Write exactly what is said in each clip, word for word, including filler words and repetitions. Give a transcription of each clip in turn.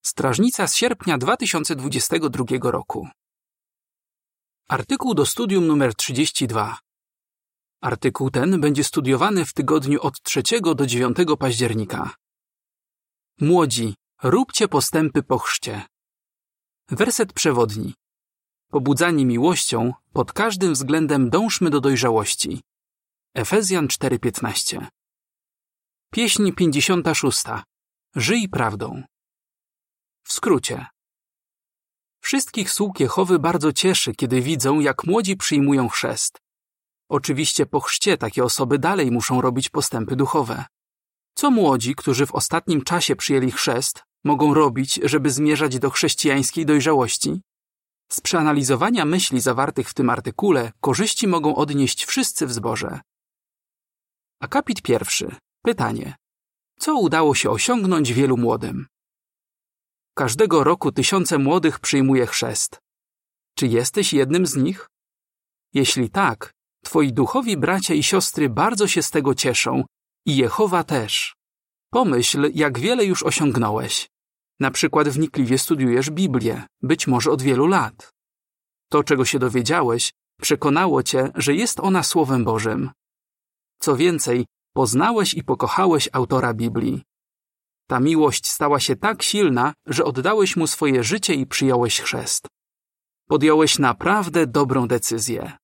Strażnica z sierpnia dwa tysiące dwudziestego drugiego roku. Artykuł do studium numer trzydzieści dwa. Artykuł ten będzie studiowany w tygodniu od trzeciego do dziewiątego października. Młodzi, róbcie postępy po chrzcie. Werset przewodni. Pobudzani miłością, pod każdym względem dążmy do dojrzałości. Efezjan cztery piętnaście. Pieśń pięćdziesiąta szósta. Żyj prawdą. W skrócie. Wszystkich sług Jehowy bardzo cieszy, kiedy widzą, jak młodzi przyjmują chrzest. Oczywiście po chrzcie takie osoby dalej muszą robić postępy duchowe. Co młodzi, którzy w ostatnim czasie przyjęli chrzest, mogą robić, żeby zmierzać do chrześcijańskiej dojrzałości? Z przeanalizowania myśli zawartych w tym artykule korzyści mogą odnieść wszyscy w zborze. Akapit pierwszy. Pytanie. Co udało się osiągnąć wielu młodym? Każdego roku tysiące młodych przyjmuje chrzest. Czy jesteś jednym z nich? Jeśli tak, twoi duchowi bracia i siostry bardzo się z tego cieszą i Jehowa też. Pomyśl, jak wiele już osiągnąłeś. Na przykład wnikliwie studiujesz Biblię, być może od wielu lat. To, czego się dowiedziałeś, przekonało cię, że jest ona Słowem Bożym. Co więcej, poznałeś i pokochałeś autora Biblii. Ta miłość stała się tak silna, że oddałeś mu swoje życie i przyjąłeś chrzest. Podjąłeś naprawdę dobrą decyzję.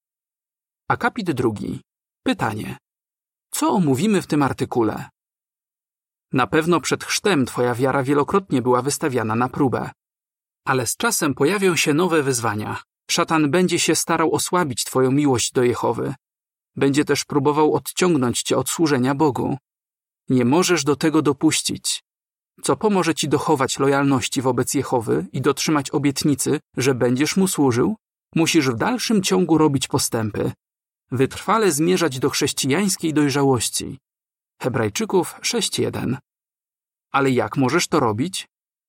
Akapit drugi. Pytanie. Co omówimy w tym artykule? Na pewno przed chrztem twoja wiara wielokrotnie była wystawiana na próbę. Ale z czasem pojawią się nowe wyzwania. Szatan będzie się starał osłabić twoją miłość do Jehowy. Będzie też próbował odciągnąć cię od służenia Bogu. Nie możesz do tego dopuścić. Co pomoże ci dochować lojalności wobec Jehowy i dotrzymać obietnicy, że będziesz mu służył? Musisz w dalszym ciągu robić postępy. Wytrwale zmierzać do chrześcijańskiej dojrzałości. Hebrajczyków sześć jeden. Ale jak możesz to robić?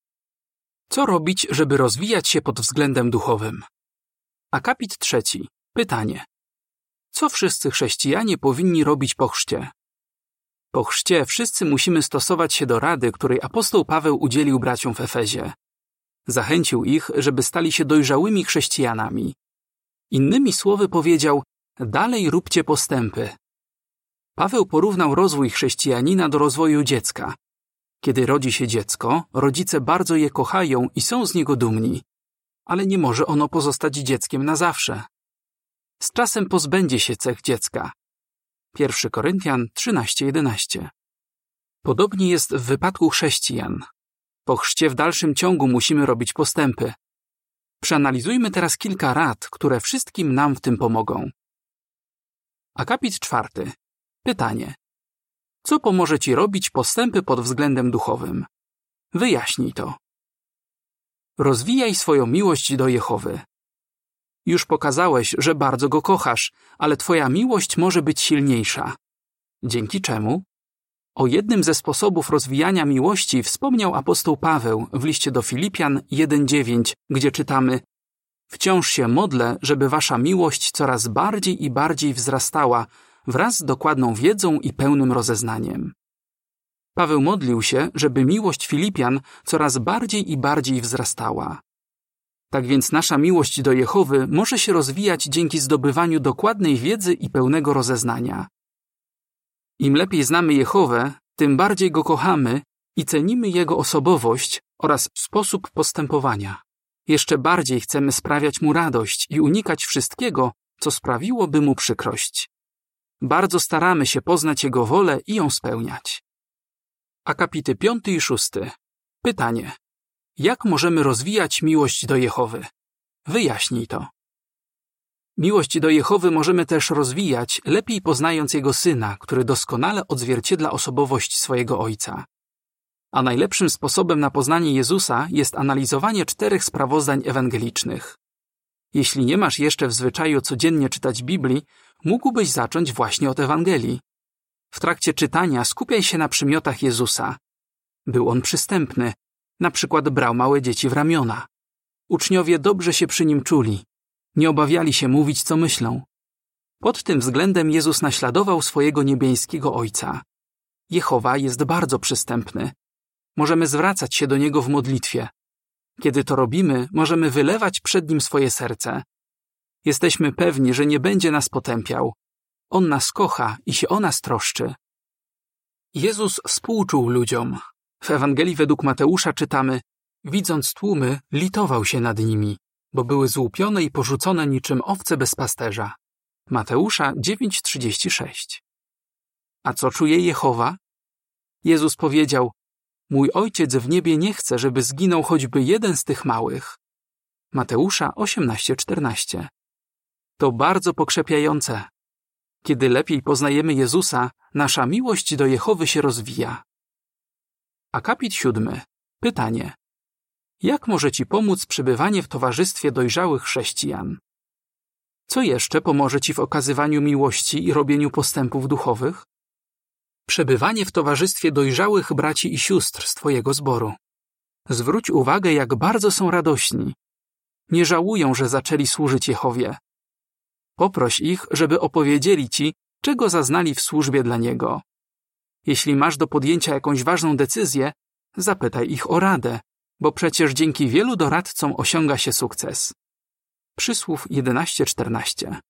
Co robić, żeby rozwijać się pod względem duchowym? Akapit trzeci. Pytanie. Co wszyscy chrześcijanie powinni robić po chrzcie? Po chrzcie wszyscy musimy stosować się do rady, której apostoł Paweł udzielił braciom w Efezie. Zachęcił ich, żeby stali się dojrzałymi chrześcijanami. Innymi słowy powiedział, dalej róbcie postępy. Paweł porównał rozwój chrześcijanina do rozwoju dziecka. Kiedy rodzi się dziecko, rodzice bardzo je kochają i są z niego dumni. Ale nie może ono pozostać dzieckiem na zawsze. Z czasem pozbędzie się cech dziecka. pierwszy Koryntian trzynaście jedenaście. Podobnie jest w wypadku chrześcijan. Po chrzcie w dalszym ciągu musimy robić postępy. Przeanalizujmy teraz kilka rad, które wszystkim nam w tym pomogą. Akapit czwarty. Pytanie. Co pomoże ci robić postępy pod względem duchowym? Wyjaśnij to. Rozwijaj swoją miłość do Jehowy. Już pokazałeś, że bardzo go kochasz, ale twoja miłość może być silniejsza. Dzięki czemu? O jednym ze sposobów rozwijania miłości wspomniał apostoł Paweł w liście do Filipian jeden dziewięć, gdzie czytamy: Wciąż się modlę, żeby wasza miłość coraz bardziej i bardziej wzrastała wraz z dokładną wiedzą i pełnym rozeznaniem. Paweł modlił się, żeby miłość Filipian coraz bardziej i bardziej wzrastała. Tak więc nasza miłość do Jehowy może się rozwijać dzięki zdobywaniu dokładnej wiedzy i pełnego rozeznania. Im lepiej znamy Jehowę, tym bardziej Go kochamy i cenimy Jego osobowość oraz sposób postępowania. Jeszcze bardziej chcemy sprawiać Mu radość i unikać wszystkiego, co sprawiłoby Mu przykrość. Bardzo staramy się poznać Jego wolę i ją spełniać. Akapity piąty i szósty. Pytanie. Jak możemy rozwijać miłość do Jehowy? Wyjaśnij to. Miłość do Jehowy możemy też rozwijać, lepiej poznając Jego Syna, który doskonale odzwierciedla osobowość swojego Ojca. A najlepszym sposobem na poznanie Jezusa jest analizowanie czterech sprawozdań ewangelicznych. Jeśli nie masz jeszcze w zwyczaju codziennie czytać Biblii, mógłbyś zacząć właśnie od Ewangelii. W trakcie czytania skupiaj się na przymiotach Jezusa. Był on przystępny, na przykład brał małe dzieci w ramiona. Uczniowie dobrze się przy nim czuli. Nie obawiali się mówić, co myślą. Pod tym względem Jezus naśladował swojego niebieskiego Ojca. Jehowa jest bardzo przystępny. możemy zwracać się do Niego w modlitwie. Kiedy to robimy, możemy wylewać przed Nim swoje serce. Jesteśmy pewni, że nie będzie nas potępiał. On nas kocha i się o nas troszczy. Jezus współczuł ludziom. W Ewangelii według Mateusza czytamy: widząc tłumy, litował się nad nimi, bo były złupione i porzucone niczym owce bez pasterza. Mateusza dziewięć trzydzieści sześć. A co czuje Jehowa? Jezus powiedział: mój Ojciec w niebie nie chce, żeby zginął choćby jeden z tych małych. Mateusza osiemnaście czternaście. To bardzo pokrzepiające. Kiedy lepiej poznajemy Jezusa, nasza miłość do Jehowy się rozwija. Akapit siódmy. Pytanie. Jak może Ci pomóc przebywanie w towarzystwie dojrzałych chrześcijan? Co jeszcze pomoże Ci w okazywaniu miłości i robieniu postępów duchowych? Przebywanie w towarzystwie dojrzałych braci i sióstr z Twojego zboru. Zwróć uwagę, jak bardzo są radośni. Nie żałują, że zaczęli służyć Jehowie. Poproś ich, żeby opowiedzieli Ci, czego zaznali w służbie dla Niego. Jeśli masz do podjęcia jakąś ważną decyzję, zapytaj ich o radę, bo przecież dzięki wielu doradcom osiąga się sukces. Przysłów jedenaście czternaście.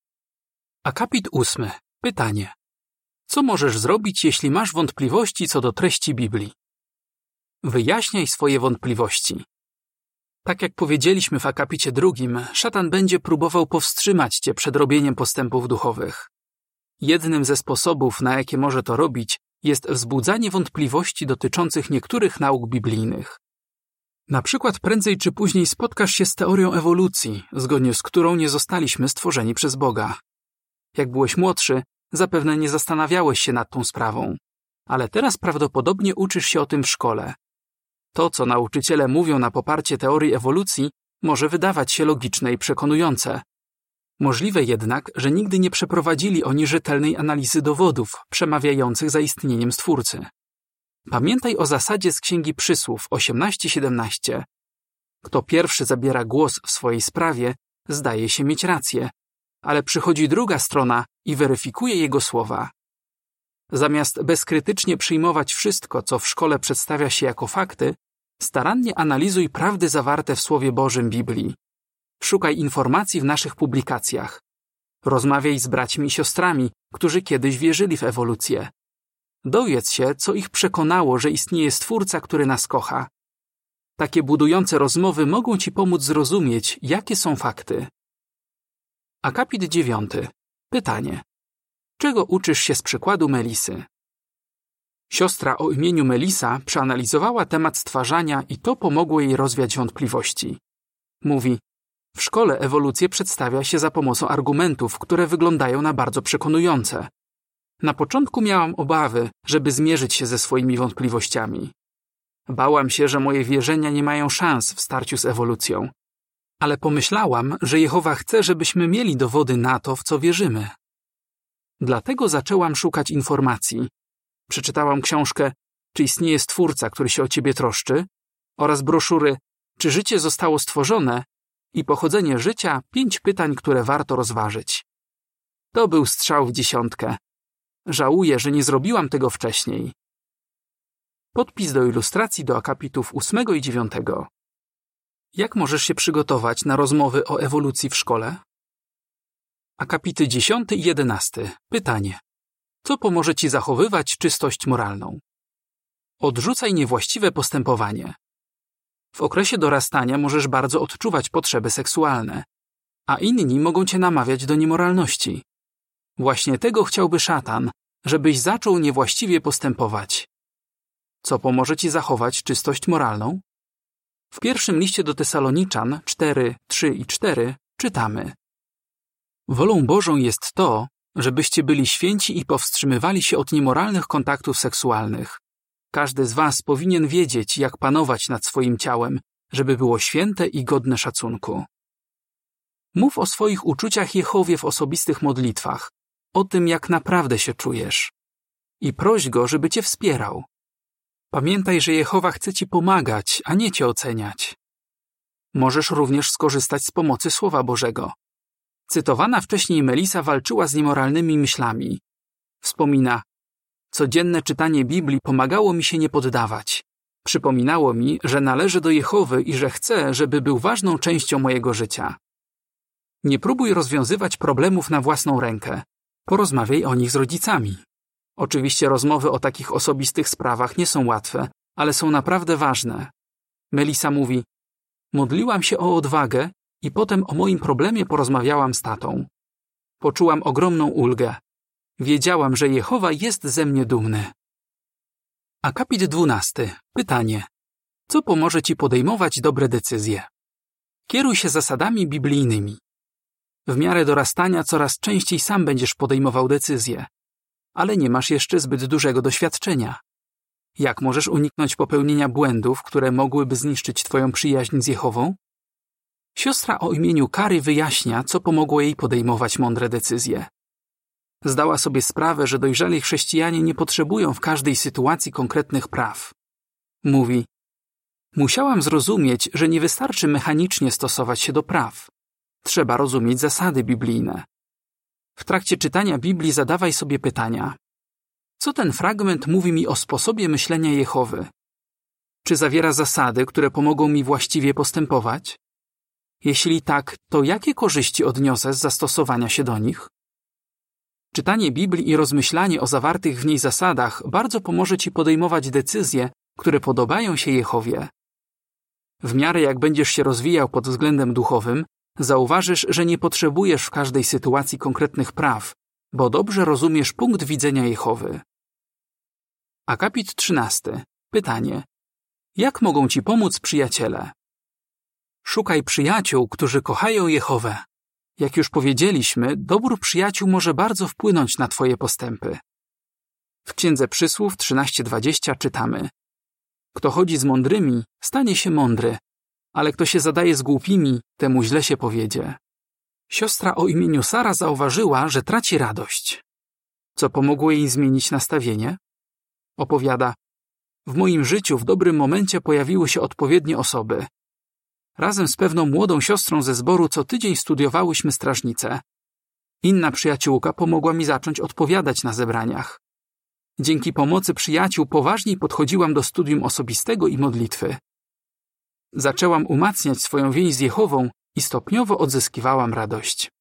Akapit ósmy. Pytanie. Co możesz zrobić, jeśli masz wątpliwości co do treści Biblii? Wyjaśniaj swoje wątpliwości. Tak jak powiedzieliśmy w akapicie drugim, szatan będzie próbował powstrzymać cię przed robieniem postępów duchowych. Jednym ze sposobów, na jakie może to robić, jest wzbudzanie wątpliwości dotyczących niektórych nauk biblijnych. Na przykład prędzej czy później spotkasz się z teorią ewolucji, zgodnie z którą nie zostaliśmy stworzeni przez Boga. Jak byłeś młodszy, zapewne nie zastanawiałeś się nad tą sprawą, ale teraz prawdopodobnie uczysz się o tym w szkole. To, co nauczyciele mówią na poparcie teorii ewolucji, może wydawać się logiczne i przekonujące. Możliwe jednak, że nigdy nie przeprowadzili oni rzetelnej analizy dowodów przemawiających za istnieniem Stwórcy. Pamiętaj o zasadzie z Księgi Przysłów osiemnaście siedemnaście. Kto pierwszy zabiera głos w swojej sprawie, zdaje się mieć rację, ale przychodzi druga strona i weryfikuje jego słowa. Zamiast bezkrytycznie przyjmować wszystko, co w szkole przedstawia się jako fakty, starannie analizuj prawdy zawarte w Słowie Bożym Biblii. Szukaj informacji w naszych publikacjach. Rozmawiaj z braćmi i siostrami, którzy kiedyś wierzyli w ewolucję. Dowiedz się, co ich przekonało, że istnieje Stwórca, który nas kocha. Takie budujące rozmowy mogą Ci pomóc zrozumieć, jakie są fakty. Akapit dziewiąty. Pytanie. Czego uczysz się z przykładu Melisy? Siostra o imieniu Melisa przeanalizowała temat stwarzania i to pomogło jej rozwiać wątpliwości. Mówi: w szkole ewolucję przedstawia się za pomocą argumentów, które wyglądają na bardzo przekonujące. Na początku miałam obawy, żeby zmierzyć się ze swoimi wątpliwościami. Bałam się, że moje wierzenia nie mają szans w starciu z ewolucją. Ale pomyślałam, że Jehowa chce, żebyśmy mieli dowody na to, w co wierzymy. Dlatego zaczęłam szukać informacji. Przeczytałam książkę Czy istnieje Stwórca, który się o ciebie troszczy? Oraz broszury Czy życie zostało stworzone? I pochodzenie życia pięć pytań, które warto rozważyć. To był strzał w dziesiątkę. Żałuję, że nie zrobiłam tego wcześniej. Podpis do ilustracji do akapitów ósmego i dziewiątego. Jak możesz się przygotować na rozmowy o ewolucji w szkole? Akapity dziesiąty i jedenasty. Pytanie. Co pomoże Ci zachowywać czystość moralną? Odrzucaj niewłaściwe postępowanie. W okresie dorastania możesz bardzo odczuwać potrzeby seksualne, a inni mogą Cię namawiać do niemoralności. Właśnie tego chciałby szatan, żebyś zaczął niewłaściwie postępować. Co pomoże Ci zachować czystość moralną? W pierwszym liście do Tesaloniczan cztery, trzy i cztery czytamy: wolą Bożą jest to, żebyście byli święci i powstrzymywali się od niemoralnych kontaktów seksualnych. Każdy z was powinien wiedzieć, jak panować nad swoim ciałem, żeby było święte i godne szacunku. Mów o swoich uczuciach Jehowie w osobistych modlitwach, o tym, jak naprawdę się czujesz. I proś Go, żeby Cię wspierał. Pamiętaj, że Jehowa chce Ci pomagać, a nie Cię oceniać. Możesz również skorzystać z pomocy Słowa Bożego. Cytowana wcześniej Melisa walczyła z niemoralnymi myślami. Wspomina: codzienne czytanie Biblii pomagało mi się nie poddawać. Przypominało mi, że należę do Jehowy i że chcę, żeby był ważną częścią mojego życia. Nie próbuj rozwiązywać problemów na własną rękę. Porozmawiaj o nich z rodzicami. Oczywiście rozmowy o takich osobistych sprawach nie są łatwe, ale są naprawdę ważne. Melissa mówi: modliłam się o odwagę i potem o moim problemie porozmawiałam z tatą. Poczułam ogromną ulgę. Wiedziałam, że Jehowa jest ze mnie dumny. Akapit dwunasty. Pytanie. Co pomoże ci podejmować dobre decyzje? Kieruj się zasadami biblijnymi. W miarę dorastania coraz częściej sam będziesz podejmował decyzje, ale nie masz jeszcze zbyt dużego doświadczenia. Jak możesz uniknąć popełnienia błędów, które mogłyby zniszczyć twoją przyjaźń z Jehową? Siostra o imieniu Kary wyjaśnia, co pomogło jej podejmować mądre decyzje. Zdała sobie sprawę, że dojrzali chrześcijanie nie potrzebują w każdej sytuacji konkretnych praw. Mówi: musiałam zrozumieć, że nie wystarczy mechanicznie stosować się do praw. Trzeba rozumieć zasady biblijne. W trakcie czytania Biblii zadawaj sobie pytania. Co ten fragment mówi mi o sposobie myślenia Jehowy? Czy zawiera zasady, które pomogą mi właściwie postępować? Jeśli tak, to jakie korzyści odniosę z zastosowania się do nich? Czytanie Biblii i rozmyślanie o zawartych w niej zasadach bardzo pomoże ci podejmować decyzje, które podobają się Jehowie. W miarę jak będziesz się rozwijał pod względem duchowym, zauważysz, że nie potrzebujesz w każdej sytuacji konkretnych praw, bo dobrze rozumiesz punkt widzenia Jehowy. Akapit trzynasty. Pytanie. Jak mogą ci pomóc przyjaciele? Szukaj przyjaciół, którzy kochają Jehowę. Jak już powiedzieliśmy, dobór przyjaciół może bardzo wpłynąć na twoje postępy. W Księdze Przysłów trzynaście dwadzieścia czytamy: kto chodzi z mądrymi, stanie się mądry, ale kto się zadaje z głupimi, temu źle się powiedzie. Siostra o imieniu Sara zauważyła, że traci radość. Co pomogło jej zmienić nastawienie? Opowiada: w moim życiu w dobrym momencie pojawiły się odpowiednie osoby. Razem z pewną młodą siostrą ze zboru co tydzień studiowałyśmy strażnicę. Inna przyjaciółka pomogła mi zacząć odpowiadać na zebraniach. Dzięki pomocy przyjaciół poważniej podchodziłam do studium osobistego i modlitwy. Zaczęłam umacniać swoją więź z Jehową i stopniowo odzyskiwałam radość.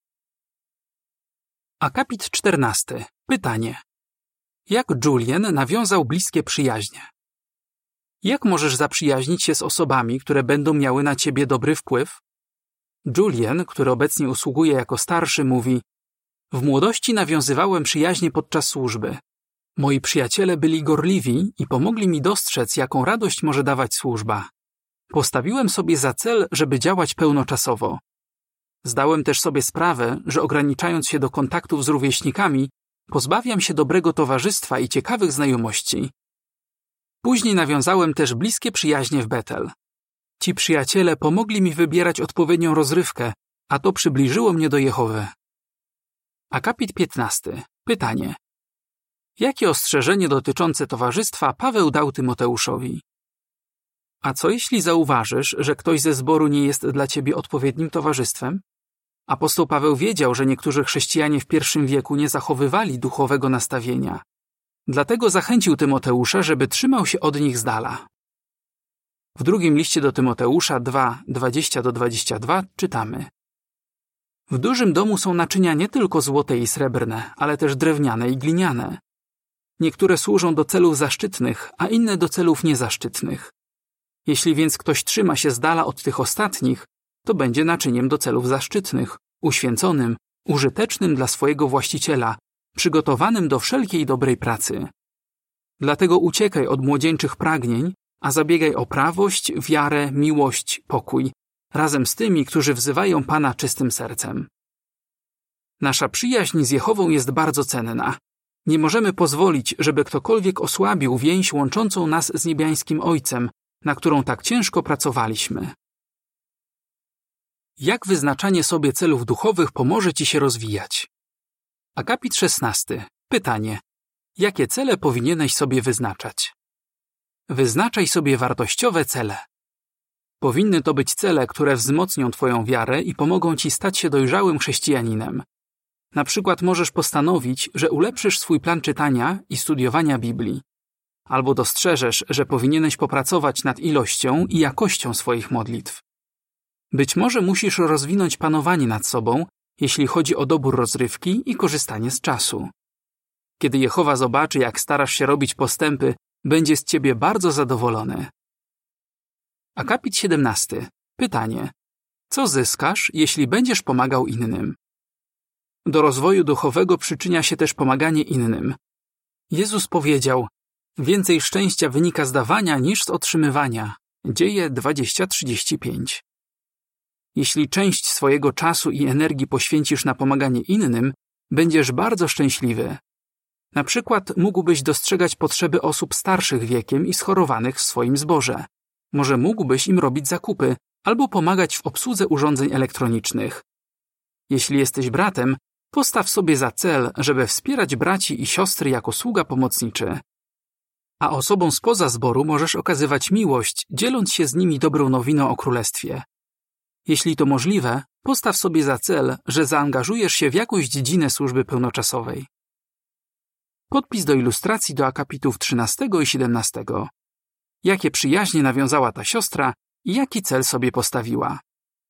Akapit czternasty. Pytanie. Jak Julian nawiązał bliskie przyjaźnie? Jak możesz zaprzyjaźnić się z osobami, które będą miały na ciebie dobry wpływ? Julian, który obecnie usługuje jako starszy, mówi: w młodości nawiązywałem przyjaźnie podczas służby. Moi przyjaciele byli gorliwi i pomogli mi dostrzec, jaką radość może dawać służba. Postawiłem sobie za cel, żeby działać pełnoczasowo. Zdałem też sobie sprawę, że ograniczając się do kontaktów z rówieśnikami, pozbawiam się dobrego towarzystwa i ciekawych znajomości. Później nawiązałem też bliskie przyjaźnie w Betel. Ci przyjaciele pomogli mi wybierać odpowiednią rozrywkę, a to przybliżyło mnie do Jehowy. Akapit piętnasty. Pytanie. Jakie ostrzeżenie dotyczące towarzystwa Paweł dał Tymoteuszowi? A co jeśli zauważysz, że ktoś ze zboru nie jest dla ciebie odpowiednim towarzystwem? Apostoł Paweł wiedział, że niektórzy chrześcijanie w pierwszym wieku nie zachowywali duchowego nastawienia. Dlatego zachęcił Tymoteusza, żeby trzymał się od nich z dala. W drugim liście do Tymoteusza dwa, dwadzieścia do dwudziestu dwóch czytamy: w dużym domu są naczynia nie tylko złote i srebrne, ale też drewniane i gliniane. Niektóre służą do celów zaszczytnych, a inne do celów niezaszczytnych. Jeśli więc ktoś trzyma się z dala od tych ostatnich, to będzie naczyniem do celów zaszczytnych, uświęconym, użytecznym dla swojego właściciela, przygotowanym do wszelkiej dobrej pracy. Dlatego uciekaj od młodzieńczych pragnień, a zabiegaj o prawość, wiarę, miłość, pokój, razem z tymi, którzy wzywają Pana czystym sercem. Nasza przyjaźń z Jehową jest bardzo cenna. Nie możemy pozwolić, żeby ktokolwiek osłabił więź łączącą nas z niebiańskim Ojcem, na którą tak ciężko pracowaliśmy. Jak wyznaczanie sobie celów duchowych pomoże ci się rozwijać? Akapit szesnasty. Pytanie. Jakie cele powinieneś sobie wyznaczać? Wyznaczaj sobie wartościowe cele. Powinny to być cele, które wzmocnią twoją wiarę i pomogą ci stać się dojrzałym chrześcijaninem. Na przykład możesz postanowić, że ulepszysz swój plan czytania i studiowania Biblii. albo dostrzeżesz, że powinieneś popracować nad ilością i jakością swoich modlitw. Być może musisz rozwinąć panowanie nad sobą, jeśli chodzi o dobór rozrywki i korzystanie z czasu. Kiedy Jehowa zobaczy, jak starasz się robić postępy, będzie z ciebie bardzo zadowolony. Akapit siedemnasty. Pytanie. Co zyskasz, jeśli będziesz pomagał innym? Do rozwoju duchowego przyczynia się też pomaganie innym. Jezus powiedział: więcej szczęścia wynika z dawania niż z otrzymywania. Dzieje dwadzieścia trzydzieści pięć. Jeśli część swojego czasu i energii poświęcisz na pomaganie innym, będziesz bardzo szczęśliwy. Na przykład mógłbyś dostrzegać potrzeby osób starszych wiekiem i schorowanych w swoim zborze. Może mógłbyś im robić zakupy albo pomagać w obsłudze urządzeń elektronicznych. Jeśli jesteś bratem, postaw sobie za cel, żeby wspierać braci i siostry jako sługa pomocniczy. A osobom spoza zboru możesz okazywać miłość, dzieląc się z nimi dobrą nowiną o królestwie. Jeśli to możliwe, postaw sobie za cel, że zaangażujesz się w jakąś dziedzinę służby pełnoczasowej. Podpis do ilustracji do akapitów trzynastego i siedemnastego. Jakie przyjaźnie nawiązała ta siostra i jaki cel sobie postawiła.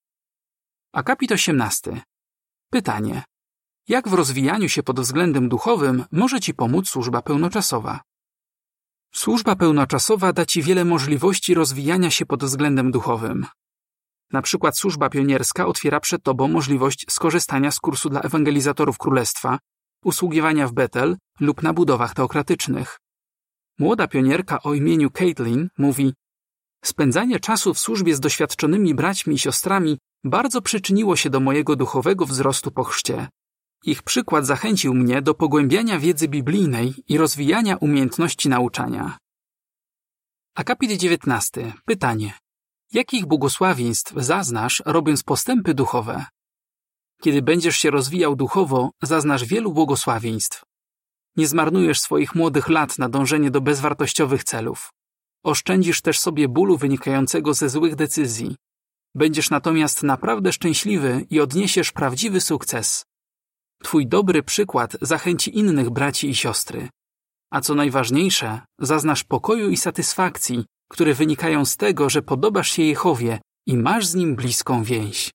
Akapit osiemnasty. Pytanie. Jak w rozwijaniu się pod względem duchowym może ci pomóc służba pełnoczasowa? Służba pełnoczasowa da ci wiele możliwości rozwijania się pod względem duchowym. Na przykład służba pionierska otwiera przed tobą możliwość skorzystania z kursu dla ewangelizatorów królestwa, usługiwania w Betel lub na budowach teokratycznych. Młoda pionierka o imieniu Caitlin mówi: spędzanie czasu w służbie z doświadczonymi braćmi i siostrami bardzo przyczyniło się do mojego duchowego wzrostu po chrzcie. Ich przykład zachęcił mnie do pogłębiania wiedzy biblijnej i rozwijania umiejętności nauczania. Akapit dziewiętnasty. Pytanie. Jakich błogosławieństw zaznasz, robiąc postępy duchowe? Kiedy będziesz się rozwijał duchowo, zaznasz wielu błogosławieństw. Nie zmarnujesz swoich młodych lat na dążenie do bezwartościowych celów. Oszczędzisz też sobie bólu wynikającego ze złych decyzji. Będziesz natomiast naprawdę szczęśliwy i odniesiesz prawdziwy sukces. Twój dobry przykład zachęci innych braci i siostry. A co najważniejsze, zaznasz pokoju i satysfakcji, które wynikają z tego, że podobasz się Jehowie i masz z Nim bliską więź.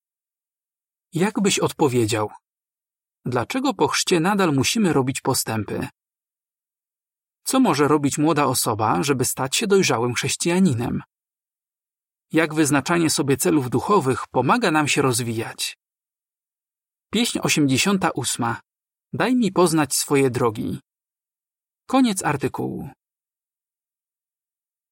Jak byś odpowiedział? Dlaczego po chrzcie nadal musimy robić postępy? Co może robić młoda osoba, żeby stać się dojrzałym chrześcijaninem? Jak wyznaczanie sobie celów duchowych pomaga nam się rozwijać? Pieśń osiemdziesiąta ósma. Daj mi poznać swoje drogi. Koniec artykułu.